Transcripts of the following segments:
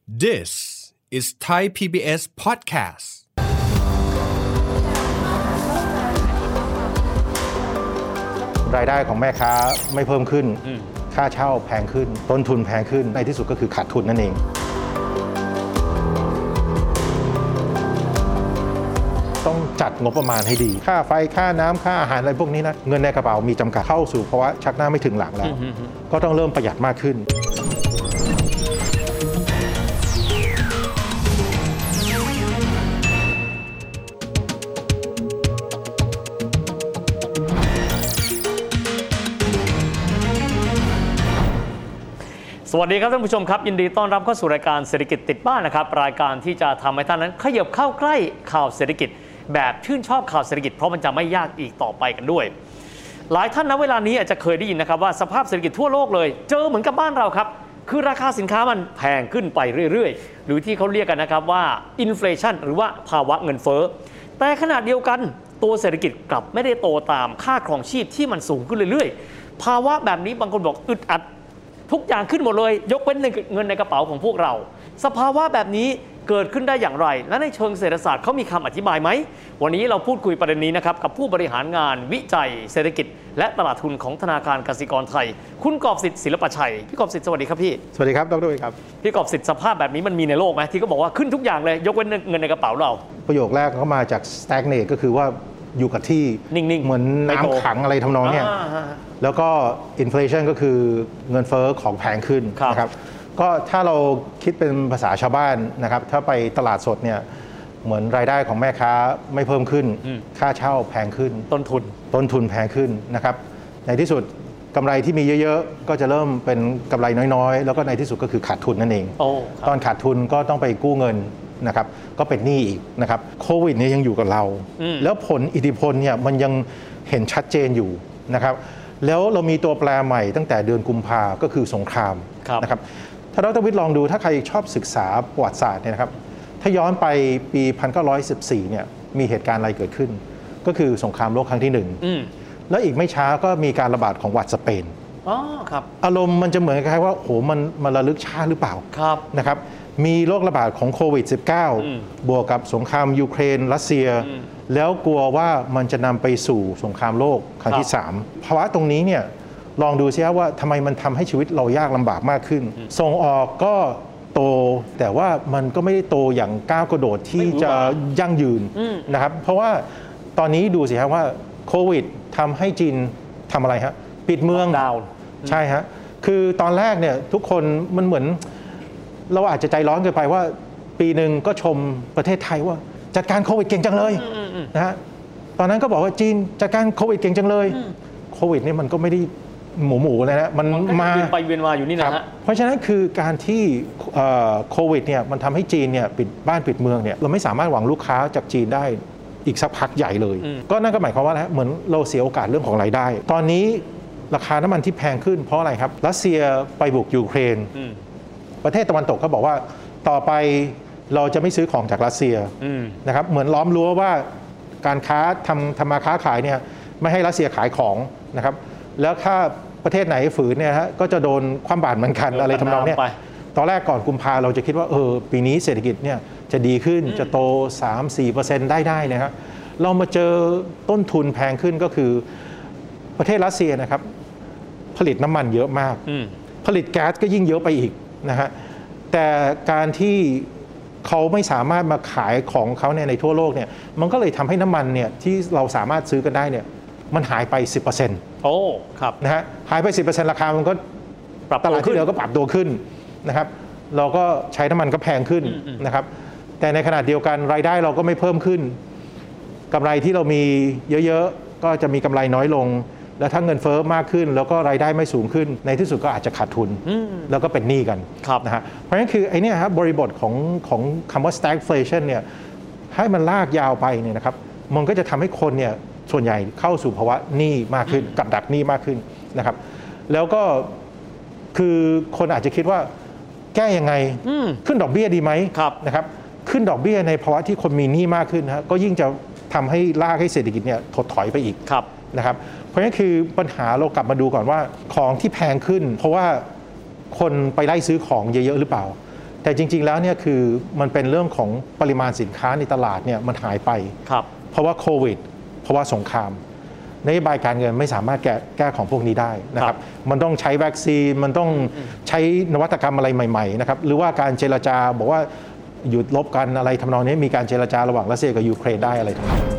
This is Thai PBS podcast รายได้ของแม่ค้าไม่เพิ่มขึ้นค่าเช่าแพงขึ้นต้นทุนแพงขึ้นในที่สุดก็คือขาดทุนนั่นเองต้องจัดงบประมาณให้ดีค่าไฟค่าน้ำค่าอาหารอะไรพวกนี้นะเงินในกระเป๋ามีจำกัดเข้าสู่ภาวะชักหน้าไม่ถึงหลังแล้วก็ต้องเริ่มประหยัดมากขึ้นสวัสดีครับท่านผู้ชมครับยินดีต้อนรับเข้าสู่รายการเศรษฐกิจติดบ้านนะครับรายการที่จะทำให้ท่านนั้นขยับเข้าใกล้ข่าวเศรษฐกิจแบบชื่นชอบข่าวเศรษฐกิจเพราะมันจะไม่ยากอีกต่อไปกันด้วยหลายท่านณเวลานี้อาจจะเคยได้ยินนะครับว่าสภาพเศรษฐกิจทั่วโลกเลยเจอเหมือนกับบ้านเราครับคือราคาสินค้ามันแพงขึ้นไปเรื่อยๆหรือที่เขาเรียกกันนะครับว่าอินเฟลชันหรือว่าภาวะเงินเฟ้อแต่ขณะเดียวกันตัวเศรษฐกิจกลับไม่ได้โตตามค่าครองชีพที่มันสูงขึ้นเรื่อยๆภาวะแบบนี้บางคนบอกอึดอัดทุกอย่างขึ้นหมดเลยยกเว้นเงินในกระเป๋าของพวกเราสภาวะแบบนี้เกิดขึ้นได้อย่างไรและในเชิงเศรษฐศาสตร์เขามีคำอธิบายไหมวันนี้เราพูดคุยประเด็นนี้นะครับกับผู้บริหารงานวิจัยเศรษฐกิจและตลาดทุนของธนาคารกสิกรไทยคุณกอบสิทธิ์ศิลปชัยพี่กอบสิทธิ์สวัสดีครับพี่สวัสดีครับดร.ครับพี่กอบสิทธิ์สภาพแบบนี้มันมีในโลกไหมที่เขาบอกว่าขึ้นทุกอย่างเลยยกเว้นเงินในกระเป๋าเราประโยคแรกเขามาจาก stagnate ก็คือว่าอยู่กับที่นิ่งๆเหมือนน้ำขังอะไรทำนองเนี่ยแล้วก็ inflation ก็คือเงินเฟ้อของแพงขึ้นนะครับก็ถ้าเราคิดเป็นภาษาชาวบ้านนะครับถ้าไปตลาดสดเนี่ยเหมือนรายได้ของแม่ค้าไม่เพิ่มขึ้นค่าเช่าแพงขึ้นต้นทุนแพงขึ้นนะครับในที่สุดกำไรที่มีเยอะๆก็จะเริ่มเป็นกำไรน้อยๆแล้วก็ในที่สุดก็คือขาดทุนนั่นเองตอนขาดทุนก็ต้องไปกู้เงินนะครับก็เป็นหนี้อีกนะครับโควิดเนี่ยยังอยู่กับเราแล้วผลอิทธิพลเนี่ยมันยังเห็นชัดเจนอยู่นะครับแล้วเรามีตัวแปรใหม่ตั้งแต่เดือนกุมภาก็คือสงครามนะครับถ้าดร.วิทย์ลองดูถ้าใครชอบศึกษาประวัติศาสตร์เนี่ยนะครับถ้าย้อนไปปี 1914 เนี่ยมีเหตุการณ์อะไรเกิดขึ้นก็คือสงครามโลกครั้งที่1แล้วอีกไม่ช้าก็มีการระบาดของหวัดสเปนอารมณ์มันจะเหมือนกับว่าโหมันระลึกชาติหรือเปล่านะครับมีโรคระบาดของโควิด -19 บวกกับสงครามยูเครนรัสเซียแล้วกลัวว่ามันจะนำไปสู่สงครามโลกครั้งที่3ภาวะตรงนี้เนี่ยลองดูซิว่าทำไมมันทำให้ชีวิตเรายากลำบากมากขึ้นส่งออกก็โตแต่ว่ามันก็ไม่ได้โตอย่างก้าวกระโดดที่จะยั่งยืนนะครับเพราะว่าตอนนี้ดูสิครับว่าโควิดทำให้จีนทำอะไรฮะปิดเมืองดาวใช่ฮะคือตอนแรกเนี่ยทุกคนมันเหมือนเราอาจจะใจร้อนเกินไปว่าปีหนึ่งก็ชมประเทศไทยว่าจัดการโควิดเก่งจังเลยนะฮะตอนนั้นก็บอกว่าจีนจัดการโควิดเก่งจังเลยโควิดนี่มันก็ไม่ได้หมูเลยนะมันมาไปเวียนมาอยู่นี่นะฮะเพราะฉะนั้นคือการที่โควิดเนี่ยมันทำให้จีนเนี่ยปิดบ้านปิดเมืองเนี่ยเราไม่สามารถหวังลูกค้าจากจีนได้อีกสักพักใหญ่เลยก็นั่นก็หมายความว่าเหมือนเราเสียโอกาสเรื่องของรายได้ตอนนี้ราคาน้ำมันที่แพงขึ้นเพราะอะไรครับรัสเซียไปบุกยูเครนประเทศตะวันตกเขาบอกว่าต่อไปเราจะไม่ซื้อของจากรัสเซียนะครับเหมือนล้อมรั้วว่าการค้าทำมาค้าขายเนี่ยไม่ให้รัสเซียขายของนะครับแล้วถ้าประเทศไหนฝืนเนี่ยฮะก็จะโดนคว่ำบาตรเหมือนกันอะไรทำนองเนี้ยตอนแรกก่อนกุมภาเราจะคิดว่าปีนี้เศรษฐกิจเนี่ยจะดีขึ้นจะโต 3-4% ได้นะครับเรามาเจอต้นทุนแพงขึ้นก็คือประเทศรัสเซียนะครับผลิตน้ำมันเยอะมากผลิตแก๊สก็ยิ่งเยอะไปอีกนะฮะแต่การที่เขาไม่สามารถมาขายของเขาในทั่วโลกเนี่ยมันก็เลยทำให้น้ำมันเนี่ยที่เราสามารถซื้อกันได้เนี่ยมันหายไป 10% โอ้ครับนะฮะหายไป 10% ราคามันก็ปรับตลาดที่เหลือก็ปรับตัวขึ้นนะครับเราก็ใช้น้ำมันก็แพงขึ้นนะครับแต่ในขณะเดียวกันรายได้เราก็ไม่เพิ่มขึ้นกำไรที่เรามีเยอะๆก็จะมีกำไรน้อยลงแล้วถ้าเงินเฟ้อมากขึ้นแล้วก็รายได้ไม่สูงขึ้นในที่สุดก็อาจจะขาดทุนแล้วก็เป็นหนี้กันนะฮะเพราะฉะนั้นคือไอ้นี่ครับบริบทของคำว่า stagflation เนี่ยให้มันลากยาวไปเนี่ยนะครับมันก็จะทำให้คนเนี่ยส่วนใหญ่เข้าสู่ภาวะหนี้มากขึ้นกับดักหนี้มากขึ้นนะครับแล้วก็คือคนอาจจะคิดว่าแก้ยังไงขึ้นดอกเบี้ยดีไหมนะครับขึ้นดอกเบี้ยในภาวะที่คนมีหนี้มากขึ้นนะก็ยิ่งจะทำให้ลากให้เศรษฐกิจเนี่ยถดถอยไปอีกนะครับเพราะฉะนั้นคือปัญหาเรากลับมาดูก่อนว่าของที่แพงขึ้นเพราะว่าคนไปไล่ซื้อของเยอะๆหรือเปล่าแต่จริงๆแล้วเนี่ยคือมันเป็นเรื่องของปริมาณสินค้าในตลาดเนี่ยมันหายไปเพราะว่าโควิดเพราะว่าสงครามนโยบายการเงินไม่สามารถแก้ของพวกนี้ได้นะครับมันต้องใช้วัคซีนมันต้องใช้นวัตกรรมอะไรใหม่ๆนะครับหรือว่าการเจรจาบอกว่าหยุดรบกันอะไรทำนองนี้มีการเจรจาระหว่างรัสเซียกับยูเครนได้อะไรทำนองนี้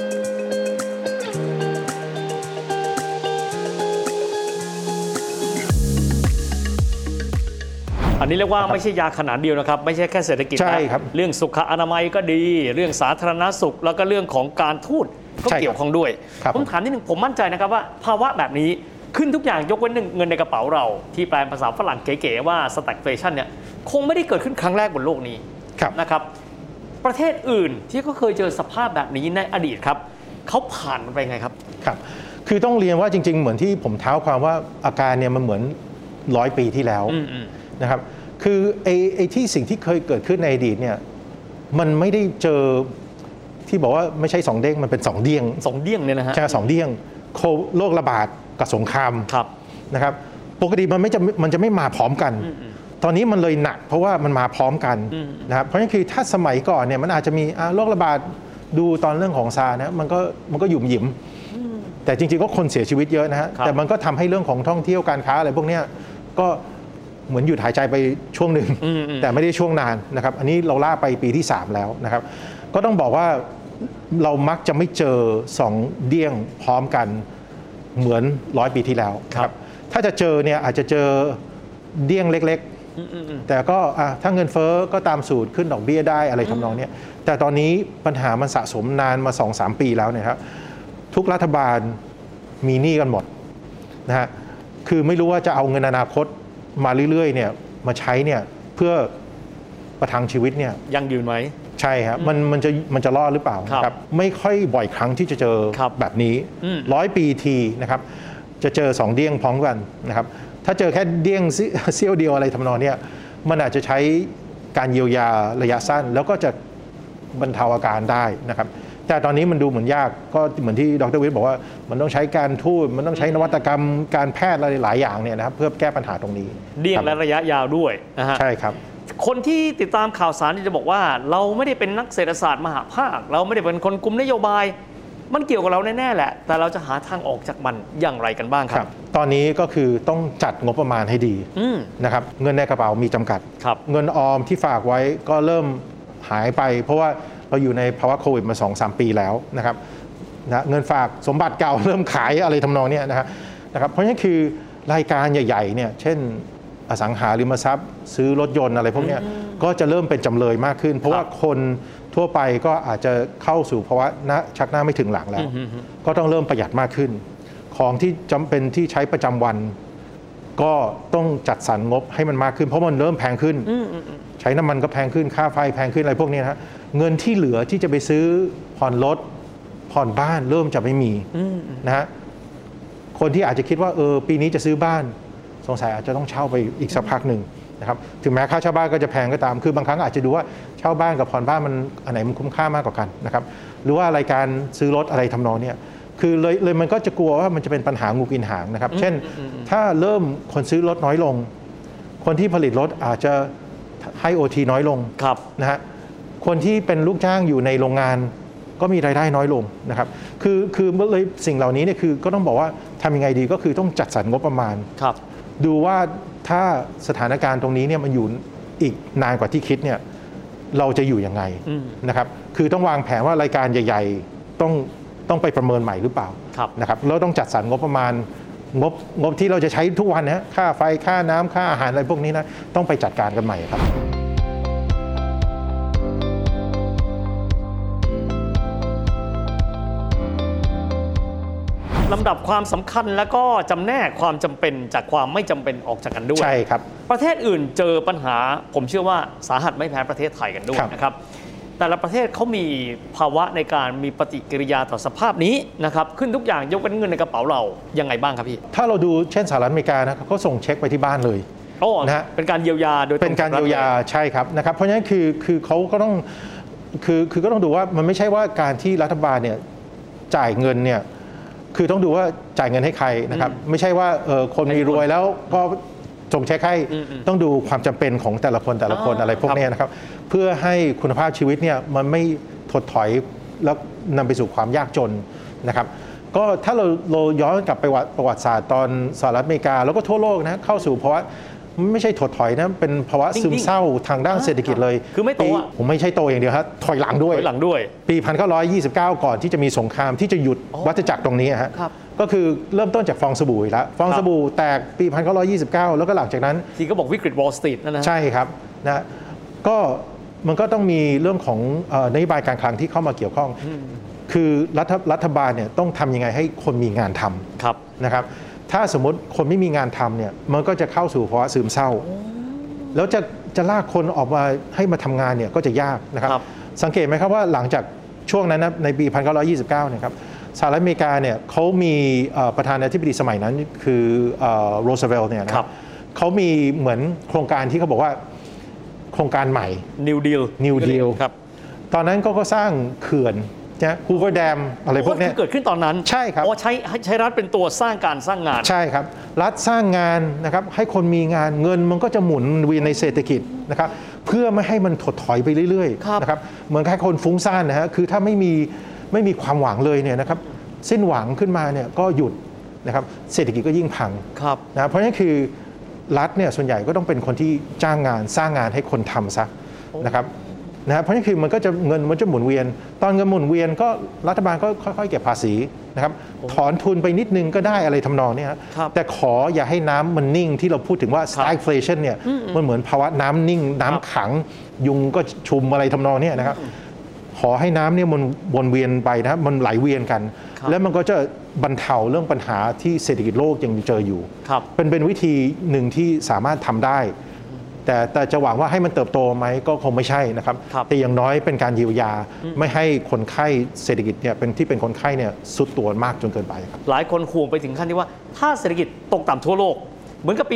อันนี้เรียกว่าไม่ใช่ยาขนาดเดียวนะครับไม่ใช่แค่เศรษฐกิจใช่ครับเรื่องสุขอนามัยก็ดีเรื่องสาธารณสุขแล้วก็เรื่องของการทูตก็เกี่ยวข้องด้วยผมถามนิดนึงผมมั่นใจนะครับว่าภาวะแบบนี้ขึ้นทุกอย่างยกเว้นเงินในกระเป๋าเราที่แปลภาษาฝรั่งเก๋ๆว่า stagflation เนี่ยคงไม่ได้เกิดขึ้นครั้งแรกบนโลกนี้นะครับประเทศอื่นที่ก็เคยเจอสภาพแบบนี้ในอดีตครับเขาผ่านมันไปไงครับครับคือต้องเรียนว่าจริงๆเหมือนที่ผมเท้าความว่าอาการเนี่ยมันเหมือน100 ปีที่แล้วนะครับคือไอ้ที่สิ่งที่เคยเกิดขึ้นในอดีตเนี่ยมันไม่ได้เจอที่บอกว่าไม่ใช่2 เด้งมันเป็น2 เดี้ยง 2 เดี้ยงเนี่ยนะฮะใช่2 เดี้ยงโรคระบาดกับสงครามนะครับปกติมันจะไม่มาพร้อมกันตอนนี้มันเลยหนักเพราะว่ามันมาพร้อมกันนะครับเพราะฉะนั้นคือถ้าสมัยก่อนเนี่ยมันอาจจะมีโรคระบาดดูตอนเรื่องของซาร์นะมันก็หยุ่มหยิมแต่จริงๆก็คนเสียชีวิตเยอะนะฮะแต่มันก็ทำให้เรื่องของท่องเที่ยวการค้าอะไรพวกนี้ก็เหมือนหยุดหายใจไปช่วงหนึ่งแต่ไม่ได้ช่วงนานนะครับอันนี้เราล่าไปปีที่3แล้วนะครับก็ต้องบอกว่าเรามักจะไม่เจอ2 เดี้ยงพร้อมกันเหมือน100 ปีที่แล้วครับถ้าจะเจอเนี่ยอาจจะเจอเดี้ยงเล็กๆแต่ก็ถ้าเงินเฟ้อก็ตามสูตรขึ้นดอกเบี้ยได้อะไรทำนองนี้แต่ตอนนี้ปัญหามันสะสมนานมา 2-3 ปีแล้วเนี่ยครับทุกรัฐบาลมีหนี้กันหมดนะฮะคือไม่รู้ว่าจะเอาเงินอนาคตมาเรื่อยๆเนี่ยมาใช้เนี่ยเพื่อประทังชีวิตเนี่ยยังยืนไหมใช่ครับมันจะรอดหรือเปล่าครับไม่ค่อยบ่อยครั้งที่จะเจอแบบนี้100 ปีทีนะครับจะเจอ2 เดี้ยงพร้อมกันนะครับถ้าเจอแค่เดี้ยงเสี้ยวเดียวอะไรทำนองนี้มันอาจจะใช้การเยียวยาระยะสั้นแล้วก็จะบรรเทาอาการได้นะครับแต่ตอนนี้มันดูเหมือนยากก็เหมือนที่ดร.วิทย์บอกว่ามันต้องใช้การทูตมันต้องใช้นวัตกรรมการแพทย์อะไรหลายอย่างเนี่ยนะครับเพื่อแก้ปัญหาตรงนี้เดี่ยงและระยะยาวด้วยนะฮะใช่ครับคนที่ติดตามข่าวสารจะบอกว่าเราไม่ได้เป็นนักเศรษฐศาสตร์มหาภาคเราไม่ได้เป็นคนกุมนโยบายมันเกี่ยวกับเราแน่ๆแหละแต่เราจะหาทางออกจากมันอย่างไรกันบ้างครับตอนนี้ก็คือต้องจัดงบประมาณให้ดีนะครับเงินในกระเป๋ามีจำกัดเงินออมที่ฝากไว้ก็เริ่มหายไปเพราะว่าเราอยู่ในภาวะโควิดมา 2-3 ปีแล้วนะครับเงินฝากสมบัติเก่าเริ่มขายอะไรทำนองนี้นะครับเพราะฉะนั้นคือรายการใหญ่ๆเนี่ยเช่นอสังหาริมทรัพย์ซื้อรถยนต์อะไรพวกนี้ก็จะเริ่มเป็นจำเลยมากขึ้นเพราะว่าคนทั่วไปก็อาจจะเข้าสู่ภาวะชักหน้าไม่ถึงหลังแล้วก็ต้องเริ่มประหยัดมากขึ้นของที่จำเป็นที่ใช้ประจำวันก็ต้องจัดสรรงบให้มันมากขึ้นเพราะมันเริ่มแพงขึ้นใช้น้ำมันก็แพงขึ้นค่าไฟแพงขึ้นอะไรพวกนี้นะเงินที่เหลือที่จะไปซื้อผ่อนรถผ่อนบ้านเริ่มจะไม่มีนะฮะคนที่อาจจะคิดว่าปีนี้จะซื้อบ้านสงสัยอาจจะต้องเช่าไปอีกสักพักหนึ่งนะครับถึงแม้ค่าเช่าบ้านก็จะแพงก็ตามคือบางครั้งอาจจะดูว่าเช่าบ้านกับผ่อนบ้านมันอันไหนมันคุ้มค่ามากกว่ากันนะครับหรือว่ารายการซื้อรถอะไรทำนองนี้คือเลยมันก็จะกลัวว่ามันจะเป็นปัญหางูกินหางนะครับเช่นถ้าเริ่มคนซื้อรถน้อยลงคนที่ผลิตรถอาจจะให้ OT น้อยลงนะฮะคนที่เป็นลูกจ้างอยู่ในโรงงานก็มีรายได้น้อยลงนะครับคือเลยสิ่งเหล่านี้เนี่ยคือก็ต้องบอกว่าทำยังไงดีก็คือต้องจัดสรรงบประมาณดูว่าถ้าสถานการณ์ตรงนี้เนี่ยมันอยู่อีกนานกว่าที่คิดเนี่ยเราจะอยู่ยังไงนะครับคือต้องวางแผนว่ารายการใหญ่ๆต้องไปประเมินใหม่หรือเปล่านะครับแล้วต้องจัดสรรงบประมาณงบที่เราจะใช้ทุกวันนะค่าไฟค่าน้ำค่าอาหารอะไรพวกนี้นะต้องไปจัดการกันใหม่ครับลำดับความสำคัญแล้วก็จำแนกความจำเป็นจากความไม่จำเป็นออกจากกันด้วยใช่ครับประเทศอื่นเจอปัญหาผมเชื่อว่าสาหัสไม่แพ้ประเทศไทยกันด้วยนะครับแต่ละประเทศเขามีภาวะในการมีปฏิกิริยาต่อสภาพนี้นะครับขึ้นทุกอย่างยกเว้นเงินในกระเป๋าเรายังไงบ้างครับพี่ถ้าเราดูเช่นสหรัฐอเมริกานะเขาส่งเช็คไปที่บ้านเลยนะฮะเป็นการเยียวยาโดยเป็นการเยียวยาใช่ครับนะครับเพราะฉะนั้นคือเขาก็ต้องคือก็ต้องดูว่ามันไม่ใช่ว่าการที่รัฐบาลเนี่ยจ่ายเงินเนี่ยคือต้องดูว่าจ่ายเงินให้ใครนะครับไม่ใช่ว่าคนมีรวยแล้วก็ส่งเช็คให้ต้องดูความจำเป็นของแต่ละคนอะไรพวกนี้นะครับเพื่อให้คุณภาพชีวิตเนี่ยมันไม่ถดถอยแล้วนำไปสู่ความยากจนนะครับก็ถ้าเราย้อนกลับไปประวัติศาสตร์ตอนสหรัฐอเมริกาแล้วก็ทั่วโลกนะเข้าสู่ภาวะไม่ใช่ถดถอยนะเป็นภาวะซึมเศร้าทางด้านเศรษฐกิจเลยคือไม่โตผมไม่ใช่โตอย่างเดียวครับถอยหลังด้วยปี 1929 ก่อนที่จะมีสงครามที่จะหยุดวัฏจักรตรงนี้ฮะก็คือเริ่มต้นจากฟองสบู่แล้วฟองสบู่แตกปี 1929 แล้วก็หลังจากนั้นที่ก็บอกวิกฤต Wall Street นั่นนะใช่ครับนะก็มันก็ต้องมีเรื่องของนโยบายการคลังที่เข้ามาเกี่ยวข้องคือรัฐบาลเนี่ยต้องทำยังไงให้คนมีงานทำนะครับถ้าสมมติคนไม่มีงานทำเนี่ยมันก็จะเข้าสู่ภาวะซึมเศร้าแล้วจะลากคนออกมาให้มาทำงานเนี่ยก็จะยากนะครับสังเกตไหมครับว่าหลังจากช่วงนั้นนะในปี 1929 เนี่ยครับสหรัฐอเมริกาเนี่ยเขามีประธานาธิบดีสมัยนั้นคือโรสเวลล์เนี่ยนะเขามีเหมือนโครงการที่เขาบอกว่าโครงการใหม่ New Deal ครับตอนนั้นก็สร้างเขื่อนนะฮูเวอร์แดมอะไรพวกนี้เกิดขึ้นตอนนั้นใช่ครับใช้รัฐเป็นตัวสร้างงานใช่ครับรัฐสร้างงานนะครับให้คนมีงานเงินมันก็จะหมุนเวียนในเศรษฐกิจนะครับเพื่อไม่ให้มันถดถอยไปเรื่อยๆนะครับเหมือนให้คนฟุ้งซ่านนะฮะคือถ้าไม่มีความหวังเลยเนี่ยนะครับสิ้นหวังขึ้นมาเนี่ยก็หยุดนะครับเศรษฐกิจก็ยิ่งพังนะเพราะฉะนั้นคือรัฐเนี่ยส่วนใหญ่ก็ต้องเป็นคนที่จ้างงานสร้างงานให้คนทำซะนะครับเพราะนี่คือมันก็จะเงินมันจะหมุนเวียนตอนเงินหมุนเวียนก็รัฐบาลก็ค่อยๆเก็บภาษีนะครับถอนทุนไปนิดนึงก็ได้อะไรทำนองนี้แต่ขออย่าให้น้ำมันนิ่งที่เราพูดถึงว่า stagflation เนี่ยมันเหมือนภาวะน้ำนิ่งน้ำขังยุงก็ชุมอะไรทำนองนี้นะครับขอให้น้ำเนี่ยมันวนเวียนไปนะมันไหลเวียนกันแล้วมันก็จะบรรเทาเรื่องปัญหาที่เศรษฐกิจโลกยังเจออยู่เป็นวิธีหนึ่งที่สามารถทำได้แต่จะหวังว่าให้มันเติบโตไหมก็คงไม่ใช่นะครับแต่อย่างน้อยเป็นการเยียวยาไม่ให้คนไข้เศรษฐกิจเนี่ยเป็นคนไข้เนี่ยสุดตัวมากจนเกินไปครับหลายคนห่วงไปถึงขั้นที่ว่าถ้าเศรษฐกิจตกต่ำทั่วโลกเหมือนกับปี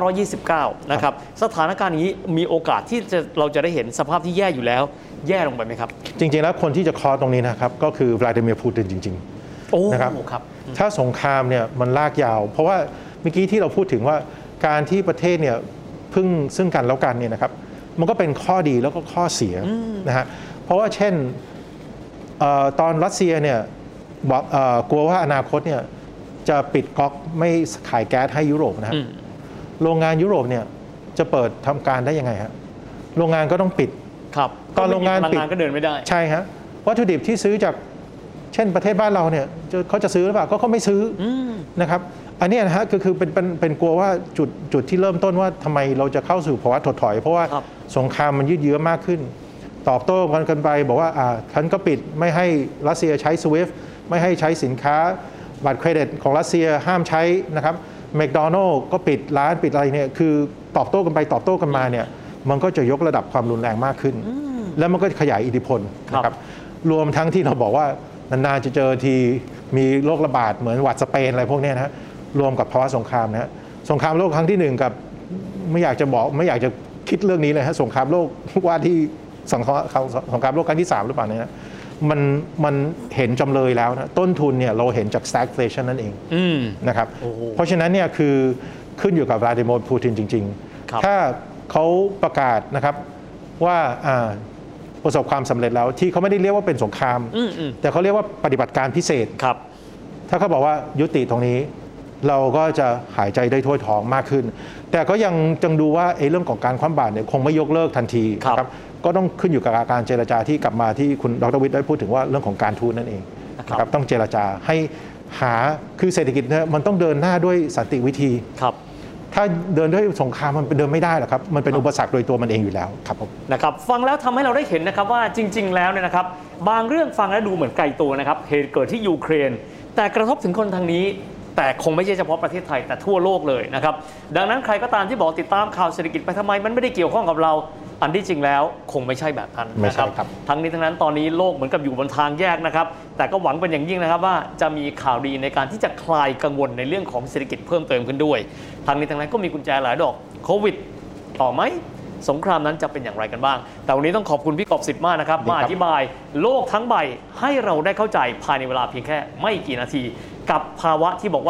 1929 นะครับสถานการณ์นี้มีโอกาสที่เราจะได้เห็นสภาพที่แย่อยู่แล้วแย่ลงไปไหมครับจริงๆแล้วคนที่จะคอตรงนี้นะครับก็คือวลาดิเมียร์ปูตินจริงๆนะครับถ้าสงครามเนี่ยมันลากยาวเพราะว่าเมื่อกี้ที่เราพูดถึงว่าการที่ประเทศเนี่ยพึ่งซึ่งกันแล้วกันเนี่ยนะครับมันก็เป็นข้อดีแล้วก็ข้อเสียนะฮะเพราะว่าเช่นตอนรัสเซียเนี่ยบอกกลัวว่าอนาคตเนี่ยจะปิดก๊อกไม่ขายแก๊สให้ยุโรปนะฮะโรงงานยุโรปเนี่ยจะเปิดทำการได้ยังไงฮะโรงงานก็ต้องปิดครับตอนโรงงานปิดก็เดินไม่ได้ใช่ฮะวัตถุดิบที่ซื้อจากเช่นประเทศบ้านเราเนี่ยเขาจะซื้อหรือเปล่าก็เขาไม่ซื้อนะครับอันนี้นะฮะคือเป็นกลัวว่าจุดที่เริ่มต้นว่าทำไมเราจะเข้าสู่ภาวะถดถอยเพราะว่าสงครามมันยืดเยื้อมากขึ้นตอบโต้กันไปบอกว่าฉันก็ปิดไม่ให้รัสเซียใช้ SWIFT ไม่ให้ใช้สินค้าบัตรเครดิตของรัสเซียห้ามใช้นะครับแมคโดนัลด์ก็ปิดร้านปิดอะไรเนี่ยคือตอบโต้กันไปตอบโต้กันมาเนี่ยมันก็จะยกระดับความรุนแรงมากขึ้นแล้วมันก็ขยายอิทธิพลนะครับรวมทั้งที่เราบอกว่านานๆจะเจอทีมีโรคระบาดเหมือนหวัดสเปนอะไรพวกนี้นะฮะรวมกับภาวะสงครามนะฮะสงครามโลกครั้งที่1กับไม่อยากจะคิดเรื่องนี้เลยฮะสงครามโลกว่าที่สงครามโลกครั้งที่3หรือเปล่าเนี่ยมันเห็นจำเลยแล้วนะต้นทุนเนี่ยเราเห็นจาก stagflation นั่นเองนะครับเพราะฉะนั้นเนี่ยคือขึ้นอยู่กับวลาดิเมียร์ปูตินจริงๆถ้าเขาประกาศนะครับว่าประสบความสำเร็จแล้วที่เขาไม่ได้เรียกว่าเป็นสงครามแต่เขาเรียกว่าปฏิบัติการพิเศษถ้าเขาบอกว่ายุติตรงนี้เราก็จะหายใจได้ทั่วท้องมากขึ้นแต่ก็ยังดูว่าเรื่องของการคว่ำบาตรเนี่ยคงไม่ยกเลิกทันทีครับก็ต้องขึ้นอยู่กับการเจรจาที่กลับมาที่คุณดร.วิทย์ได้พูดถึงว่าเรื่องของการทูตนั่นเองนะครับต้องเจรจาให้หาคือเศรษฐกิจเนี่ยมันต้องเดินหน้าด้วยสันติวิธีถ้าเดินด้วยสงครามมันเดินไม่ได้หรอกครับมันเป็นอุปสรรคโดยตัวมันเองอยู่แล้วครับผมนะครับฟังแล้วทำให้เราได้เห็นนะครับว่าจริงๆแล้วเนี่ยนะครับบางเรื่องฟังแล้วดูเหมือนไกลตัวนะครับเหตุเกิดที่ยูเครนแต่กระทบถึงคนทางนี้แต่คงไม่ใช่เฉพาะประเทศไทยแต่ทั่วโลกเลยนะครับดังนั้นใครก็ตามที่บอกติดตามข่าวเศรษฐกิจไปทำไมมันไม่ได้เกี่ยวข้องกับเราอันที่จริงแล้วคงไม่ใช่แบบนั้นนะครับทั้งนี้ทั้งนั้นตอนนี้โลกเหมือนกับอยู่บนทางแยกนะครับแต่ก็หวังเป็นอย่างยิ่งนะครับว่าจะมีข่าวดีในการที่จะคลายกังวลในเรื่องของเศรษฐกิจเพิ่มเติมขึ้นด้วยทั้งนี้ทั้งนั้นก็มีกุญแจหลายดอกโควิดต่อไหมสงครามนั้นจะเป็นอย่างไรกันบ้างแต่วันนี้ต้องขอบคุณพี่กอบสิทธิ์มากนะครับมาอธิบายโลกทั้งใบให้เราได้เข้าใจภายในเวลาเพียงแค่ไม่กี่นาทีกับภาวะที่บอกว่า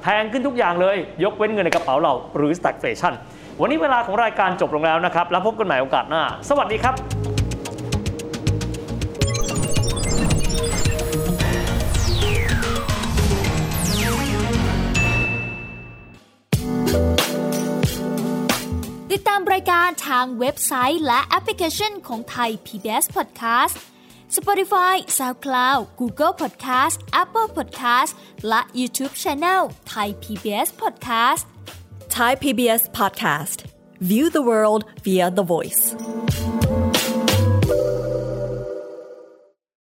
แพงขึ้นทุกอย่างเลยยกเว้นเงินในกระเป๋าเราหรือ stagflation วันนี้เวลาของรายการจบลงแล้วนะครับแล้วพบกันใหม่โอกาสหน้าสวัสดีครับติดตามรายการทางเว็บไซต์และแอปพลิเคชันของไทย PBS Podcast Spotify, SoundCloud, Google Podcast, Apple Podcast และ YouTube Channel Thai PBS Podcast Thai PBS Podcast. View the world via the voice.